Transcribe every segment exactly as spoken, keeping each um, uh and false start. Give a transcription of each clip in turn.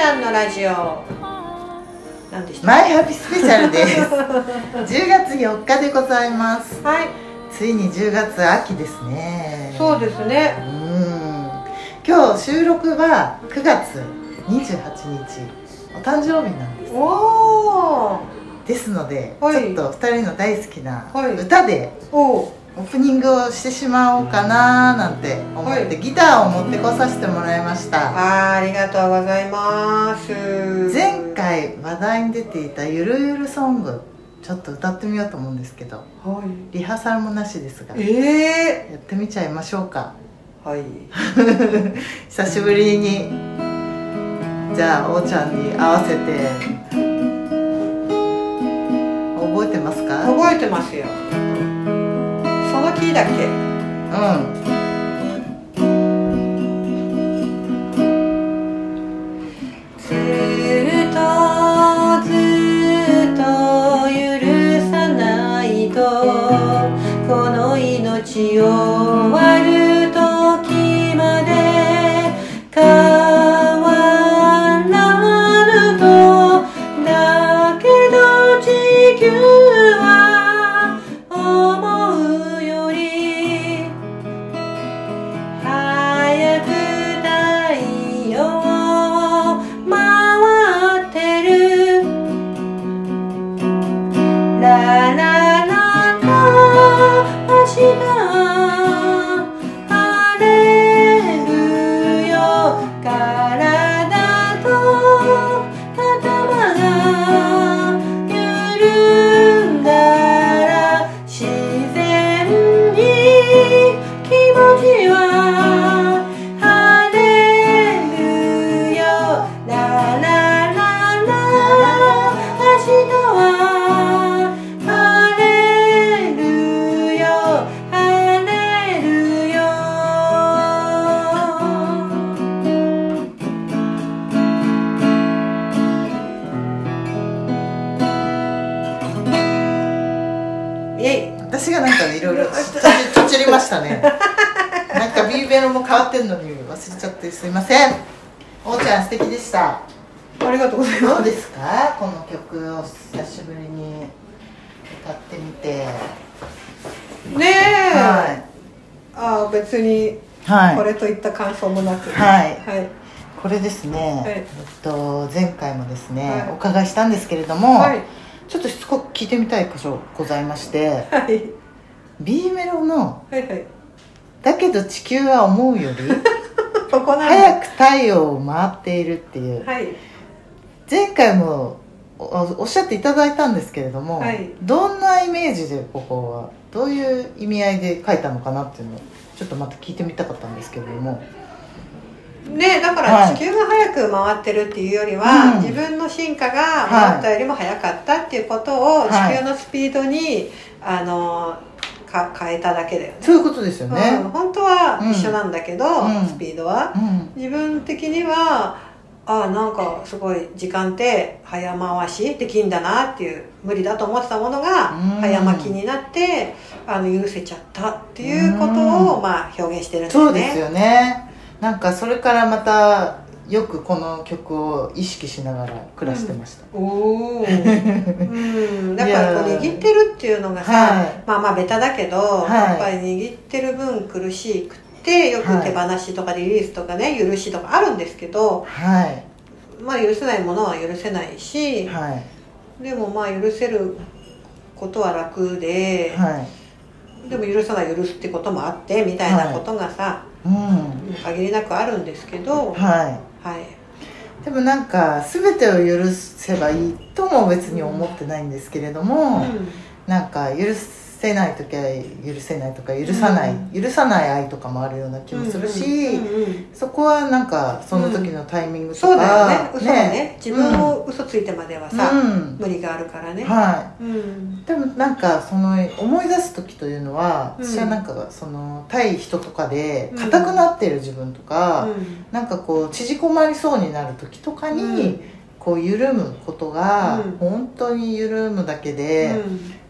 ゃんのラジオなんでしたマイハピスペシャルですじゅうがつよっかでございます。 はい、 ついにじゅうがつ、秋ですね。 そうですね。 うん、今日収録はくがつにじゅうはちにち、お誕生日なんです。 おー、 ですので、 はい、 ちょっとふたりの大好きなはい、 歌でおオープニングをしてしまおうかななんて思って、はい、ギターを持ってこさせてもらいました。 あ, ありがとうございます。 前回話題に出ていたゆるゆるソング、ちょっと歌ってみようと思うんですけど、はい、リハーサルもなしですが、えー、やってみちゃいましょうか。はい久しぶりに、じゃあおーちゃんに合わせて、覚えてますか？ 覚えてますよ。そのキーだけ。うん。ずっとずっと許さないと、この命を終わる時まで変わらぬと。だけど地球は思うより早く太陽回ってる。ララララ明日晴れるよ。体と頭が緩んだら自然に気持ちは晴れるよ。ララララ明日は晴れるよ、晴れるよ。イエイ。 私がなんかいろいろちょちょりましたねなんか B メロも変わってんのに忘れちゃってすいません。おーちゃん素敵でした。 ありがとうございます。 どうですか、この曲を久しぶりに歌ってみて。 ねえ、はい、あ、別にこれといった感想もなく、 はい、 はい、 これですね、はい、えっと、前回もですね、はい、お伺いしたんですけれども、はい、ちょっとしつこく聞いてみたい箇所ございまして、はい、B メロの、はいはい、だけど地球は思うよりここなん早く太陽を回っているっていう、はい、前回も お, おっしゃっていただいたんですけれども、はい、どんなイメージでここはどういう意味合いで書いたのかなっていうのをちょっとまた聞いてみたかったんですけれどもね。だから地球が早く回ってるっていうよりは、はい、自分の進化が思ったよりも早かったっていうことを地球のスピードに、はい、あのか変えただけだよね。 そういうことですよね、 うん、本当は一緒なんだけど、うん、スピードは、うん、自分的にはあ、なんかすごい時間って早回しできんだなっていう、無理だと思ってたものが早巻きになってあの許せちゃったっていうことをまあ表現してるんですね。 そうですよね。なんかそれからまたよくこの曲を意識しながら暮らしてました、うん、おお、うん、やっぱりこう握ってるっていうのがさ、はい、まあまあベタだけど、はい、やっぱり握ってる分苦しくて、よく手放しとかリリースとかね、許しとかあるんですけど、はい、まあ許せないものは許せないし、はい、でもまあ許せることは楽で、はい、でも許さない許すってこともあってみたいなことがさ、はい、うん、限りなくあるんですけど、はいはい、 でもなんか全てを許せばいいとも別に思ってないんですけれども、うん、なんか許せない時は許せないとか許さない、うん、許さない愛とかもあるような気もするし、うんうんうんうん、そこはなんかその時のタイミングとか、うん、そうだよね、 嘘はね、ね、自分を嘘ついてまではさ、うん、無理があるからね、 はい、うん、でもなんかその思い出す時というのは、うん、私はなんかその対人とかで硬くなっている自分とか、うん、なんかこう縮こまりそうになる時とかに、うん、こう緩むことが、うん、本当に緩むだけで、うん、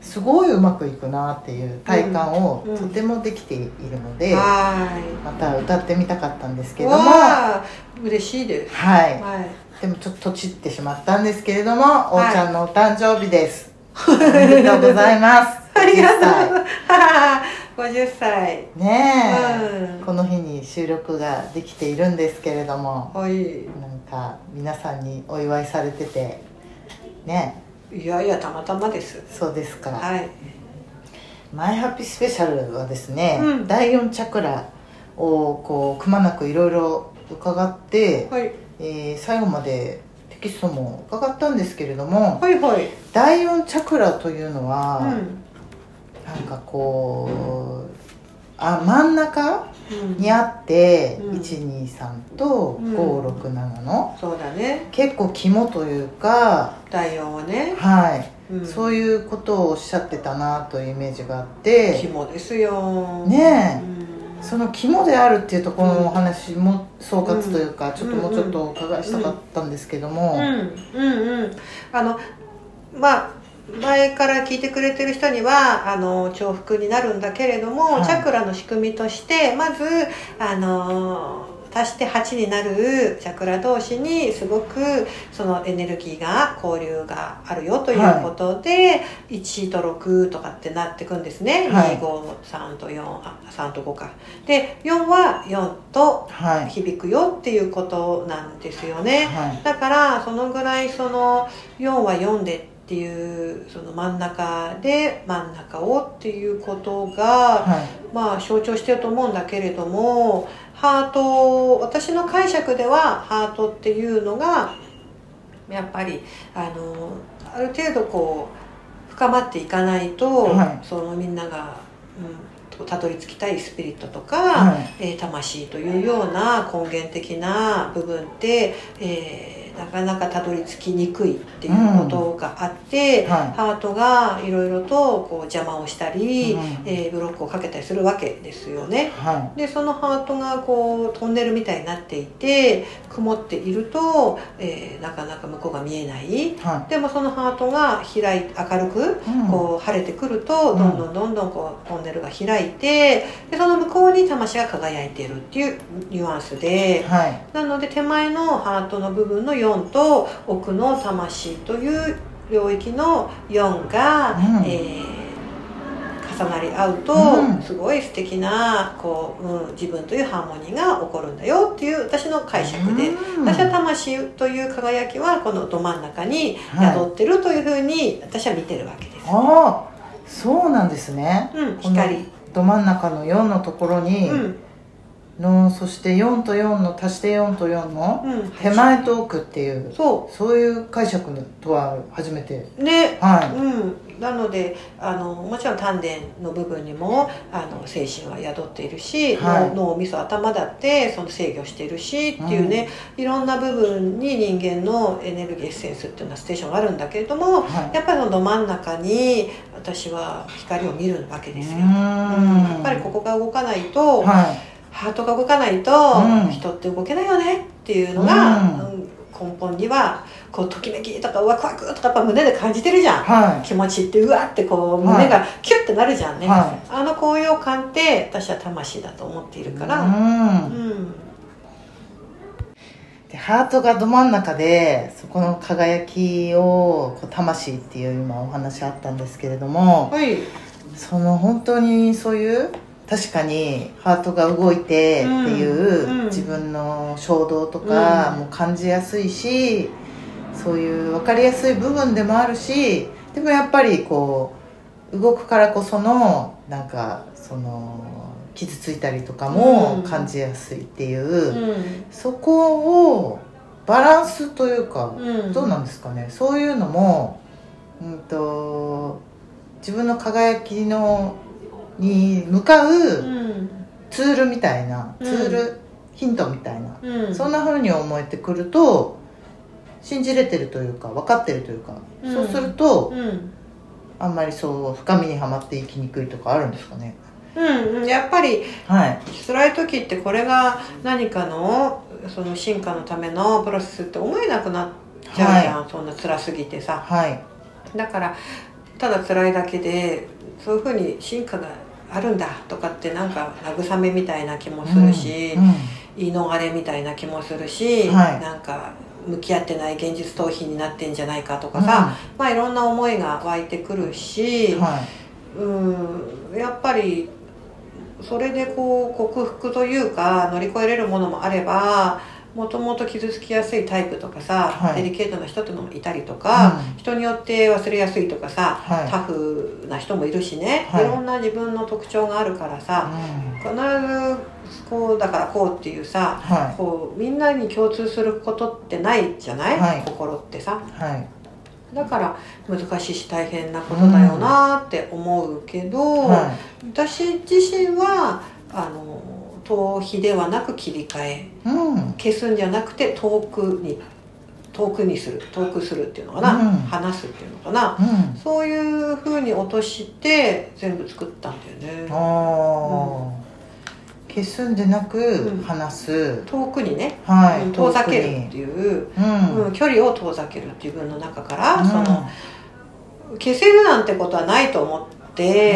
すごいうまくいくなっていう体感をとてもできているので、うんうん、また歌ってみたかったんですけども、 嬉しいです。 はい、はい、でもちょっととちってしまったんですけれども、おーちゃんのお誕生日です、はい、おめでとうございますありがとうごじゅっさいねえ、うん、この日に収録ができているんですけれども、 はい、 なんか皆さんにお祝いされててね。 いやいや、たまたまです。 そうですか。 はい。 マイハッピースペシャルはですね、うん、だいよんチャクラをこうくまなくいろいろ伺って、はい、えー、最後までテキストも伺ったんですけれども、 はいはい、 だいよんチャクラというのは、うん、なんかこうあ真ん中にあって、うん、いちにさんとごろくななの、 うん、そうだね、 結構肝というかだいよんはね、 はい、うん、そういうことをおっしゃってたなというイメージがあって、 肝ですよねえ、うん、その肝であるっていうところのお話も総括というか、うん、ちょっともうちょっとお伺いしたかったんですけども、 うんうんうん、あのまあ前から聞いてくれてる人にはあの重複になるんだけれども、はい、チャクラの仕組みとしてまずあの足してはちになるチャクラ同士にすごくそのエネルギーが交流があるよということで、はい、いちとろくとかってなってくんですね、はい、に、ご、さんとよん、あ、さんとごかでよんはよんと響くよっていうことなんですよね、はい、だからそのぐらいそのよんはよんでっていうその真ん中で真ん中をっていうことが、はい、まあ象徴してると思うんだけれども、ハート、私の解釈ではハートっていうのがやっぱりあのある程度こう深まっていかないと、はい、そのみんなが、うん、たどり着きたいスピリットとか、はい、えー、魂というような根源的な部分って、えーなかなかたどり着きにくいっていうことがあって、うん、はい、ハートがいろいろとこう邪魔をしたり、うん、えー、ブロックをかけたりするわけですよね、はい、でそのハートがこうトンネルみたいになっていて曇っていると、えー、なかなか向こうが見えない、はい、でもそのハートが開い明るくこう晴れてくると、うん、どんどんどんどんこうトンネルが開いて、でその向こうに魂が輝いているっていうニュアンスで、はい、なので手前のハートの部分のよんと奥の魂という領域のよんが、うん、えー、重なり合うと、うん、すごい素敵なこう、うん、自分というハーモニーが起こるんだよっていう私の解釈で、うん、私は魂という輝きはこのど真ん中に宿ってるというふうに私は見てるわけです、 はい、ああ、そうなんですね、 うん、光ど真ん中のよんのところに、うん、のそしてよんとよんの足してよんとよんの手前と奥っていう、うん、そうそういう解釈とは初めてね、はい、うん、なのであのもちろん丹田の部分にもあの精神は宿っているし、はい、脳みそ頭だってその制御しているしっていうね、うん、いろんな部分に人間のエネルギーエッセンスっていうのはステーションがあるんだけれども、はい、やっぱりそのど真ん中に私は光を見るわけですよ。うん、やっぱりここが動かないと、はい、ハートが動かないと、うん、人って動けないよねっていうのが、うんうん、根本にはこうときめきとかワクワクとかやっぱ胸で感じてるじゃん、はい、気持ちってうわってこう胸がキュッてなるじゃんね、はい、あの高揚感って私は魂だと思っているから、うんうん、 でハートがど真ん中でそこの輝きをこう魂っていう今お話あったんですけれども、はい、その本当にそういう確かにハートが動いてっていう自分の衝動とかも感じやすいし、そういう分かりやすい部分でもあるし、でもやっぱりこう動くからこそのなんかその傷ついたりとかも感じやすいっていう、そこをバランスというかどうなんですかね、そういうのも、うんと、自分の輝きのに向かうツールみたいな、うん、ツールヒントみたいな、うん、そんな風に思えてくると信じれてるというか分かってるというか、うん、そうすると、うん、あんまりそう深みにはまっていきにくいとかあるんですかね。 うん、やっぱり、はい、辛い時ってこれが何かのその進化のためのプロセスって思えなくなっちゃうじゃん、はい、そんな辛すぎてさ、はい、だからただ辛いだけで、そういうふうに進化があるんだとかってなんか慰めみたいな気もするし、うんうん、言い逃れみたいな気もするし、はい、なんか向き合ってない現実逃避になってんじゃないかとかさ、うん、まあいろんな思いが湧いてくるし、はい、うんやっぱりそれでこう克服というか乗り越えれるものもあれば、もともと傷つきやすいタイプとかさ、はい、デリケートな人っていうのもいたりとか、うん、人によって忘れやすいとかさ、はい、タフな人もいるしね、はい、いろんな自分の特徴があるからさ、うん、必ずこうだからこうっていうさ、はい、こうみんなに共通することってないじゃない、はい、心ってさ、はい、だから難しいし大変なことだよなって思うけど、うんはい、私自身はあの逃避ではなく切り替え、うん、消すんじゃなくて遠くに遠くにする遠くするっていうのかな、うん、話すっていうのかな、うん、そういう風に落として全部作ったんだよね。あ、 うん、消すんでなく話す、うん、 遠くにね、はい、遠ざけるっていう、うんうん、距離を遠ざけるっていう分の中から、うん、その消せるなんてことはないと思って、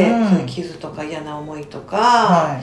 うん、そういう傷とか嫌な思いとか、はい、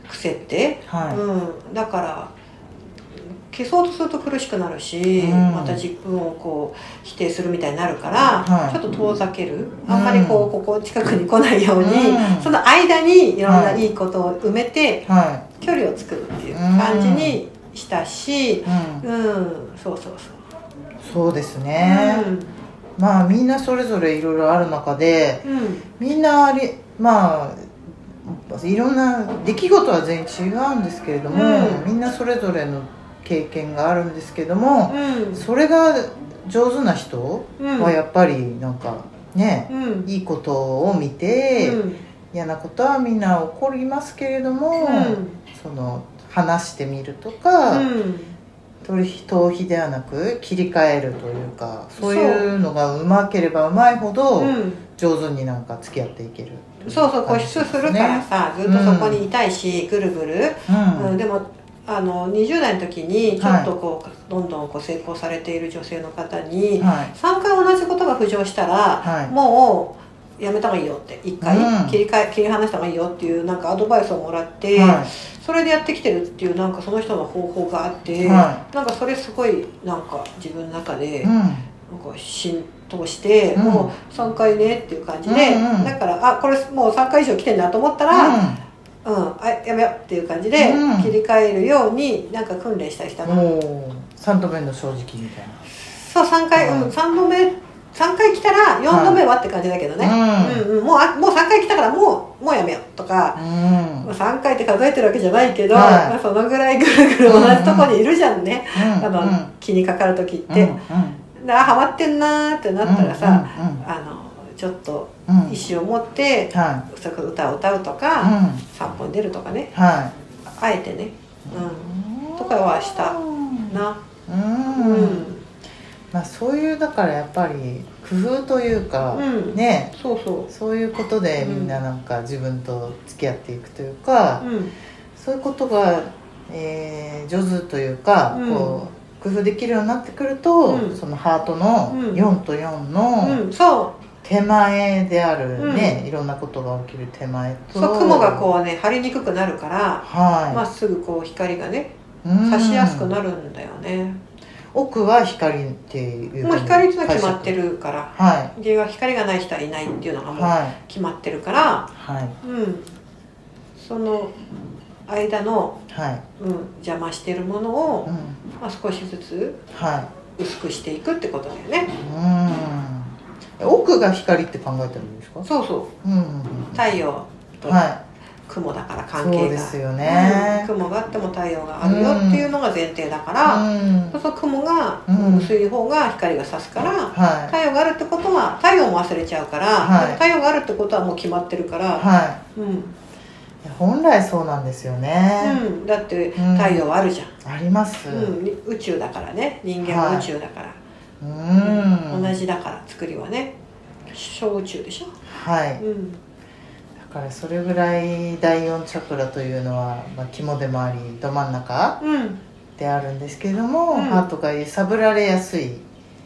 癖って、はい、うん、だから消そうとすると苦しくなるし、うん、また自分をこう否定するみたいになるから、はい、ちょっと遠ざける、あんまりこうここ近くに来ないように、うん、その間にいろんないいことを埋めて、はい、距離を作るっていう感じにしたし、うん、うん、そうそうそうそうですね、うん、まあみんなそれぞれいろいろある中で、うん、みんなありまあいろんな出来事は全員違うんですけれども、うん、みんなそれぞれの経験があるんですけども、うん、それが上手な人はやっぱりなんかね、うん、いいことを見て、うん、嫌なことはみんな起こりますけれども、うん、その話してみるとか、うん、逃避ではなく切り替えるというか、そういうのがうまければうまいほど上手になんか付き合っていける、 うん、そうそう固執するからさ、ずっとそこにいたいし、うん、ぐるぐる、うんうん、でもあのにじゅう代の時にちょっとこう、はい、どんどんこう成功されている女性の方に、はい、さんかい同じことが浮上したら、はい、もうやめた方がいいよって、いっかい切り替え切り離した方がいいよっていうなんかアドバイスをもらって、はい、それでやってきてるっていうなんかその人の方法があって、はい、なんかそれすごいなんか自分の中で、うん、なんか浸透して、うん、もうさんかいねっていう感じで、うんうん、だからあこれもうさんかい以上来てんだと思ったら、うんうん、あやめようっていう感じで切り替えるようになんか訓練したりしたの、 うん、さんどめの正直みたいな。 そうさんかい、うん、さんどめさんかい来たらよんどめはって感じだけどね、はいうんうん、もうあもうさんかい来たからもうもうやめようとか、うん、さんかいって数えてるわけじゃないけど、はいまあ、そのぐらいぐるぐる同じとこにいるじゃんね、うんうん、あの気にかかる時って、うんうん、であハマってんなーってなったらさ、うんうんうん、あのちょっと意思を持って、うんはい、歌を歌うとか、うん、散歩に出るとかね、はい、あえてね、うん、とかはしたな、うんうんまあ、そういうだからやっぱり工夫というか、うん、ねそうそうそういうことでみんななんか自分と付き合っていくというか、うん、そういうことが、えー、上手というか、うん、こう工夫できるようになってくると、うん、そのハートのよんとよんの、うんうん、そう手前であるね、うん、いろんなことが起きる手前とそう雲がこうね張りにくくなるから、はい、まっすぐこう光がね差しやすくなるんだよね。 奥は光っていうもう光っていうのは決まってるから、はい、で光がない人はいないっていうのがもう決まってるから、はいうん、その間の、はいうん、邪魔してるものを、うんまあ、少しずつ薄くしていくってことだよね。 うん奥が光って考えてるんですか？ そうそう、うんうんうん、太陽と雲だから関係が、そうですよね、 うん、雲があっても太陽があるよっていうのが前提だから、うん、そうそう雲が薄い方が光が差すから、うん、太陽があるってことは太陽も忘れちゃうから、はい、太陽があるってことはもう決まってるから、はいうん、 本来そうなんですよね、 うん、だって太陽はあるじゃん、 うん、あります、 うん、宇宙だからね人間は宇宙だから、はいうん、同じだから作りはね小宇宙でしょはい、うん、 だからそれぐらいだいよんチャクラというのは、まあ、肝でもありど真ん中であるんですけれども、うん、ハートが揺さぶられやすい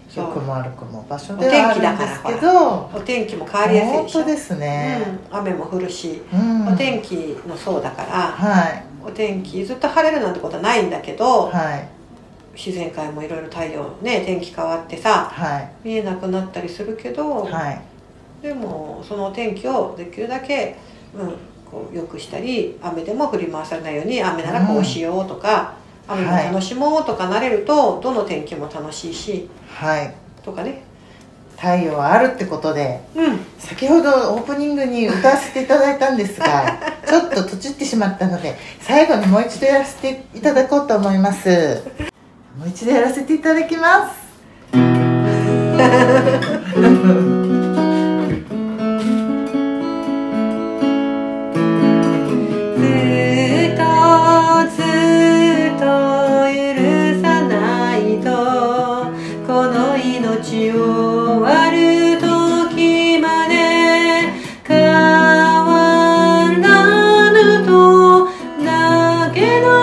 良くも悪くも場所ではあるんですけど、 お天気も変わりやすいでしょ。 本当ですね、 うん、雨も降るし、 うん、 お天気のそうだから、 はい、 お天気ずっと晴れるなんてことはないんだけど、 はい、 自然界もいろいろ太陽ね、天気変わってさ、はい、見えなくなったりするけど、はい、でもそのお天気をできるだけ、うん、こう良くしたり、雨でも振り回されないように、雨ならこうしようとか、うん、雨も楽しもうとかなれると、はい、どの天気も楽しいし、はい、とかね、 太陽はあるってことで、うん、先ほどオープニングに歌わせていただいたんですがちょっととちってしまったので、最後にもう一度やらせていただこうと思います。もう一度やらせていただきます。 けど